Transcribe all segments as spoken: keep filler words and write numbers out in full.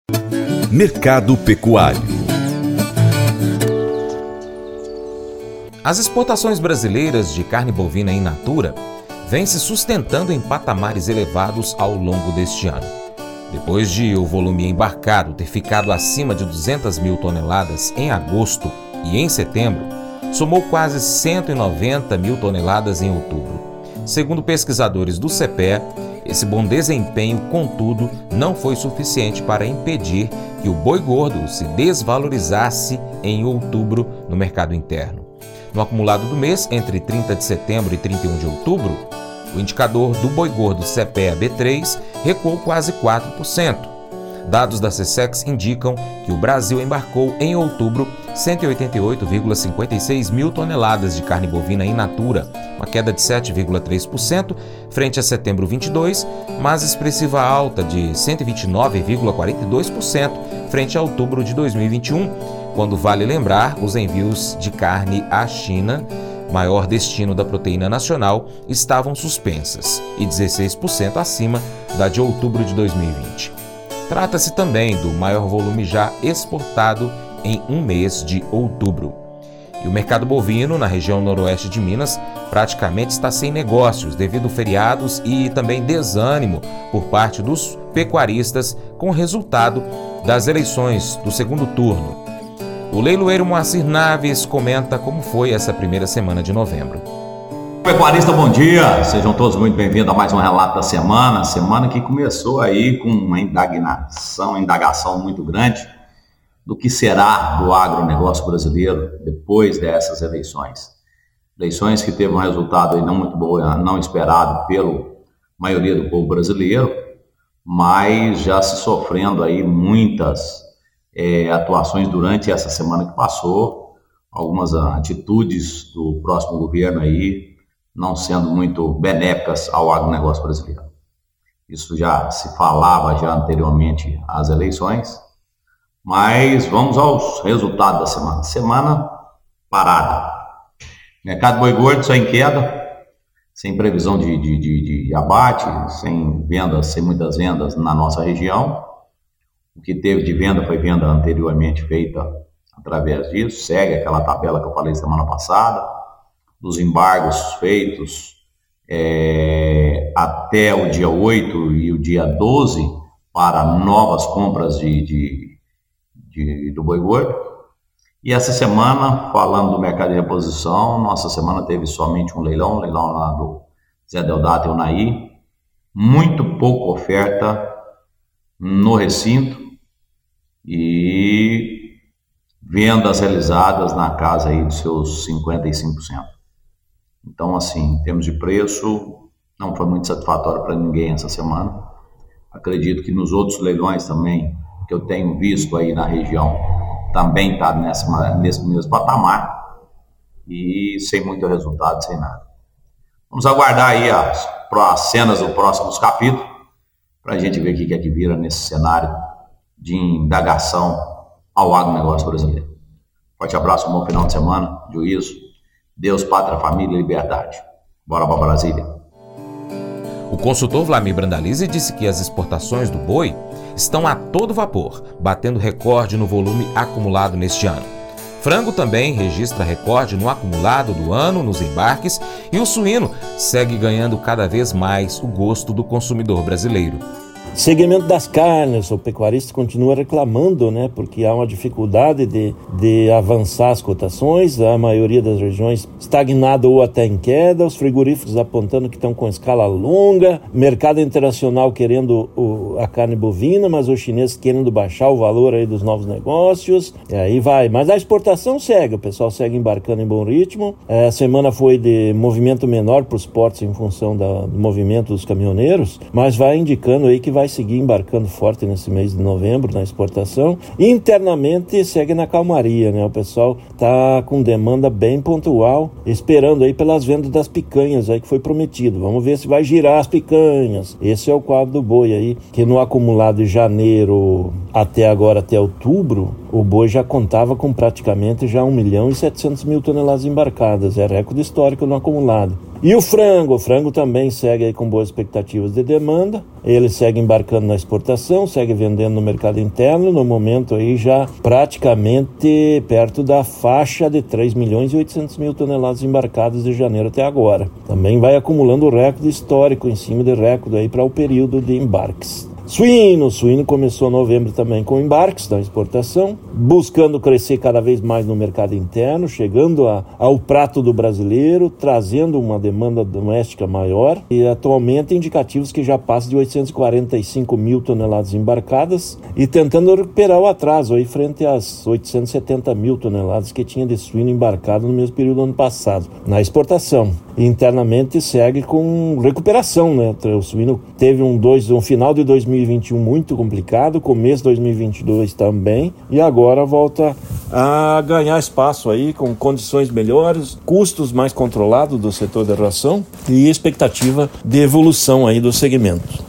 Mercado Pecuário. As exportações brasileiras de carne bovina in natura vêm se sustentando em patamares elevados ao longo deste ano. Depois de o volume embarcado ter ficado acima de duzentas mil toneladas em agosto e em setembro, somou quase cento e noventa mil toneladas em outubro. Segundo pesquisadores do C P E A, esse bom desempenho, contudo, não foi suficiente para impedir que o boi gordo se desvalorizasse em outubro no mercado interno. No acumulado do mês, entre trinta de setembro e trinta e um de outubro, o indicador do boi gordo C P E A B três recuou quase quatro por cento. Dados da SECEX indicam que o Brasil embarcou em outubro cento e oitenta e oito vírgula cinquenta e seis mil toneladas de carne bovina in natura, uma queda de sete vírgula três por cento frente a setembro vinte e dois, mas expressiva alta de cento e vinte e nove vírgula quarenta e dois por cento frente a outubro de dois mil e vinte e um, quando vale lembrar os envios de carne à China, maior destino da proteína nacional, estavam suspensas e dezesseis por cento acima da de outubro de dois mil e vinte. Trata-se também do maior volume já exportado em um mês de outubro. E o mercado bovino na região noroeste de Minas praticamente está sem negócios devido a feriados e também desânimo por parte dos pecuaristas com o resultado das eleições do segundo turno. O leiloeiro Moacir Naves comenta como foi essa primeira semana de novembro. Pecuarista, bom dia! Sejam todos muito bem-vindos a mais um Relato da Semana. Semana que começou aí com uma indagação, indagação muito grande do que será do agronegócio brasileiro depois dessas eleições. Eleições que teve um resultado aí não muito bom, não esperado pela maioria do povo brasileiro, mas já se sofrendo aí muitas é, atuações durante essa semana que passou, algumas atitudes do próximo governo aí não sendo muito benéficas ao agronegócio brasileiro. Isso já se falava já anteriormente às eleições, mas vamos aos resultados da semana. Semana parada. Mercado boi gordo só em queda, sem previsão de, de, de, de abate, sem vendas, sem muitas vendas na nossa região. O que teve de venda foi venda anteriormente feita através disso, segue aquela tabela que eu falei semana passada, dos embargos feitos é, até o dia oito e o dia doze para novas compras de, de, de, do boi gordo. E essa semana, falando do mercado de reposição, nossa semana teve somente um leilão, um leilão lá do Zé Deodato e Unaí, muito pouca oferta no recinto e vendas realizadas na casa aí dos seus cinquenta e cinco por cento. Então, assim, em termos de preço, não foi muito satisfatório para ninguém essa semana. Acredito que nos outros leilões também, que eu tenho visto aí na região, também está nesse mesmo patamar e sem muito resultado, sem nada. Vamos aguardar aí as, as cenas dos próximos capítulos para a gente ver o que é que vira nesse cenário de indagação ao agronegócio brasileiro. Forte abraço, um bom final de semana, juízo. Deus, pátria, família e liberdade. Bora para Brasília. O consultor Vlamir Brandalize disse que as exportações do boi estão a todo vapor, batendo recorde no volume acumulado neste ano. Frango também registra recorde no acumulado do ano nos embarques e o suíno segue ganhando cada vez mais o gosto do consumidor brasileiro. Segmento das carnes, o pecuarista continua reclamando, né, porque há uma dificuldade de, de avançar as cotações, a maioria das regiões estagnada ou até em queda, os frigoríficos apontando que estão com escala longa, mercado internacional querendo o, a carne bovina, mas os chineses querendo baixar o valor aí dos novos negócios, e aí vai. Mas a exportação segue, o pessoal segue embarcando em bom ritmo. É, a semana foi de movimento menor para os portos em função da, do movimento dos caminhoneiros, mas vai indicando aí que vai vai seguir embarcando forte nesse mês de novembro na exportação. Internamente segue na calmaria, né? O pessoal tá com demanda bem pontual, esperando aí pelas vendas das picanhas aí que foi prometido. Vamos ver se vai girar as picanhas. Esse é o quadro do boi aí, que no acumulado de janeiro até agora, até outubro, o boi já contava com praticamente já um milhão e setecentos mil toneladas embarcadas. É recorde histórico no acumulado. E o frango, o frango também segue aí com boas expectativas de demanda. ele segue embarcando na exportação, segue vendendo no mercado interno, no momento aí já praticamente perto da faixa de três milhões e oitocentos mil toneladas embarcadas de janeiro até agora. Também vai acumulando o recorde histórico em cima de recorde aí para o período de embarques. Suíno, suíno começou em novembro também com embarques da exportação, buscando crescer cada vez mais no mercado interno, chegando a, ao prato do brasileiro, trazendo uma demanda doméstica maior e atualmente indicativos que já passam de oitocentos e quarenta e cinco mil toneladas embarcadas e tentando recuperar o atraso aí frente às oitocentos e setenta mil toneladas que tinha de suíno embarcado no mesmo período do ano passado, na exportação. E internamente segue com recuperação, né? O suíno teve um, dois, um final de dois mil e vinte e um muito complicado, começo de dois mil e vinte e dois também, e agora volta a ganhar espaço aí com condições melhores, custos mais controlados do setor da ração e expectativa de evolução aí do segmento.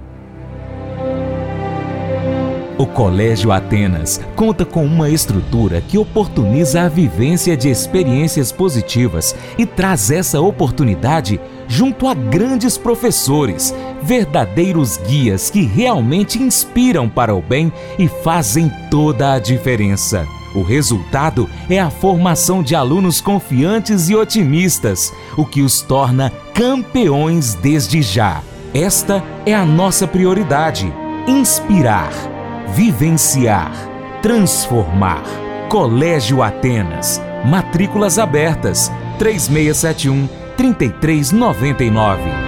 O Colégio Atenas conta com uma estrutura que oportuniza a vivência de experiências positivas e traz essa oportunidade junto a grandes professores, verdadeiros guias que realmente inspiram para o bem e fazem toda a diferença. O resultado é a formação de alunos confiantes e otimistas, o que os torna campeões desde já. Esta é a nossa prioridade: inspirar, vivenciar, transformar. Colégio Atenas. Matrículas abertas. três seis sete um, três três nove nove.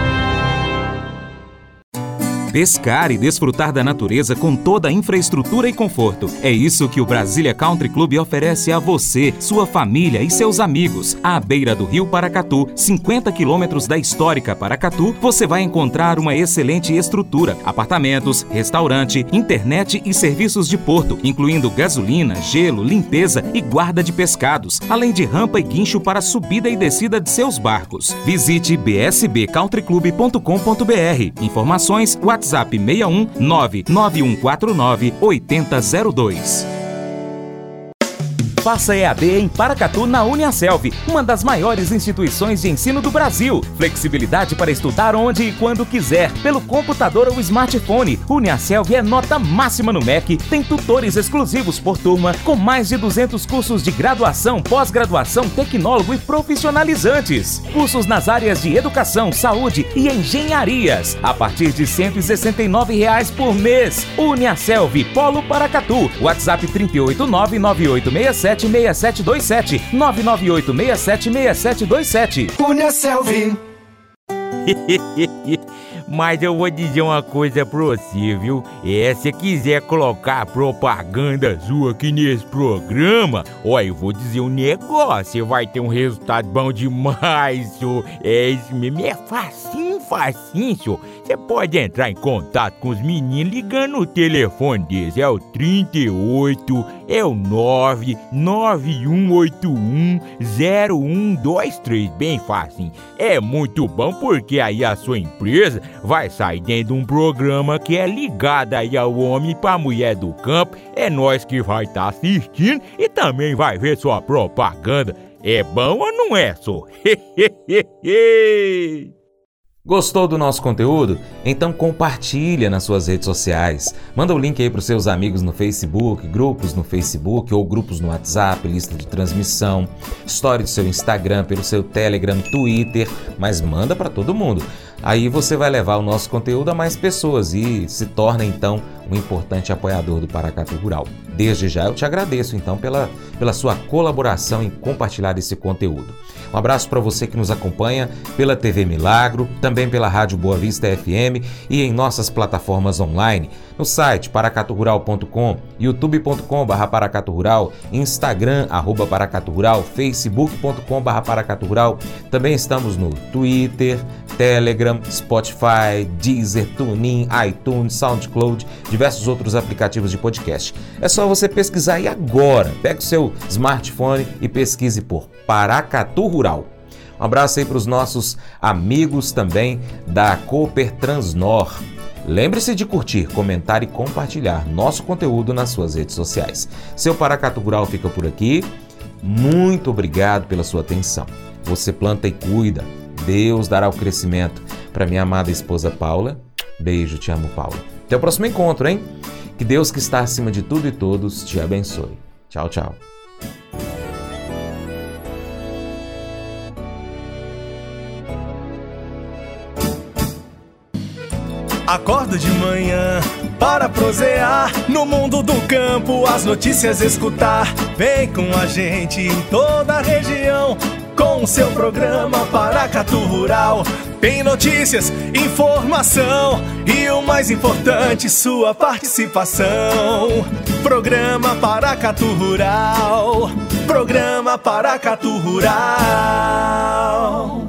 Pescar e desfrutar da natureza com toda a infraestrutura e conforto. É isso que o Brasília Country Club oferece a você, sua família e seus amigos. À beira do Rio Paracatu, cinquenta quilômetros da histórica Paracatu, você vai encontrar uma excelente estrutura, apartamentos, restaurante, internet e serviços de porto, incluindo gasolina, gelo, limpeza e guarda de pescados, além de rampa e guincho para subida e descida de seus barcos. Visite b s b country club ponto com ponto b r. Informações, WhatsApp seis um nove nove um quatro nove oito zero zero dois. Faça E A D em Paracatu na Uniaselv, uma das maiores instituições de ensino do Brasil. Flexibilidade para estudar onde e quando quiser, pelo computador ou smartphone. Uniaselv é nota máxima no M E C, tem tutores exclusivos por turma, com mais de duzentos cursos de graduação, pós-graduação, tecnólogo e profissionalizantes. Cursos nas áreas de educação, saúde e engenharias, a partir de cento e sessenta e nove reais por mês. Uniaselv, Polo Paracatu. WhatsApp três oito nove nove oito seis sete seis sete dois sete, nove nove oito seis sete seis sete dois sete. Uniaselv. Mas eu vou dizer uma coisa pra você, viu? É, se quiser colocar propaganda sua aqui nesse programa, ó, eu vou dizer um negócio, você vai ter um resultado bom demais, senhor. É isso mesmo, é facinho, facinho, senhor. Você pode entrar em contato com os meninos ligando o telefone deles, é o trinta e oito, é o nove nove um oito um zero um dois três, bem facinho. É muito bom porque aí a sua empresa vai sair dentro de um programa que é ligado aí ao homem pra mulher do campo. É nós que vai estar tá assistindo e também vai ver sua propaganda. É bom ou não é, só? Gostou do nosso conteúdo? Então compartilha nas suas redes sociais. Manda o link aí para os seus amigos no Facebook, grupos no Facebook ou grupos no WhatsApp, lista de transmissão, story do seu Instagram, pelo seu Telegram, Twitter, mas manda para todo mundo. Aí você vai levar o nosso conteúdo a mais pessoas e se torna então um importante apoiador do Paracatu Rural. Desde já eu te agradeço então pela, pela sua colaboração em compartilhar esse conteúdo. Um abraço para você que nos acompanha pela T V Milagro, também pela Rádio Boa Vista F M e em nossas plataformas online, no site paracatu rural ponto com, youtube ponto com barra paracatu rural, Instagram, arroba paracatu rural, facebook ponto com barra paracatu rural. Também estamos no Twitter, Telegram, Spotify, Deezer, TuneIn, iTunes, SoundCloud, diversos outros aplicativos de podcast. É só você pesquisar aí agora. Pega o seu smartphone e pesquise por Paracatu Rural. Um abraço aí para os nossos amigos também da Cooper Transnor. Lembre-se de curtir, comentar e compartilhar nosso conteúdo nas suas redes sociais. Seu Paracatu Rural fica por aqui. Muito obrigado pela sua atenção. Você planta e cuida. Deus dará o crescimento. Para minha amada esposa Paula, Beijo, te amo, Paulo. Até o próximo encontro, hein? Que Deus, que está acima de tudo e todos, te abençoe. Tchau, tchau. Acordo de manhã para prosear no mundo do campo, as notícias escutar. Vem com a gente em toda a região com o seu programa Paracatu Rural. Tem notícias, informação e o mais importante, sua participação. Programa Paracatu Rural. Programa Paracatu Rural.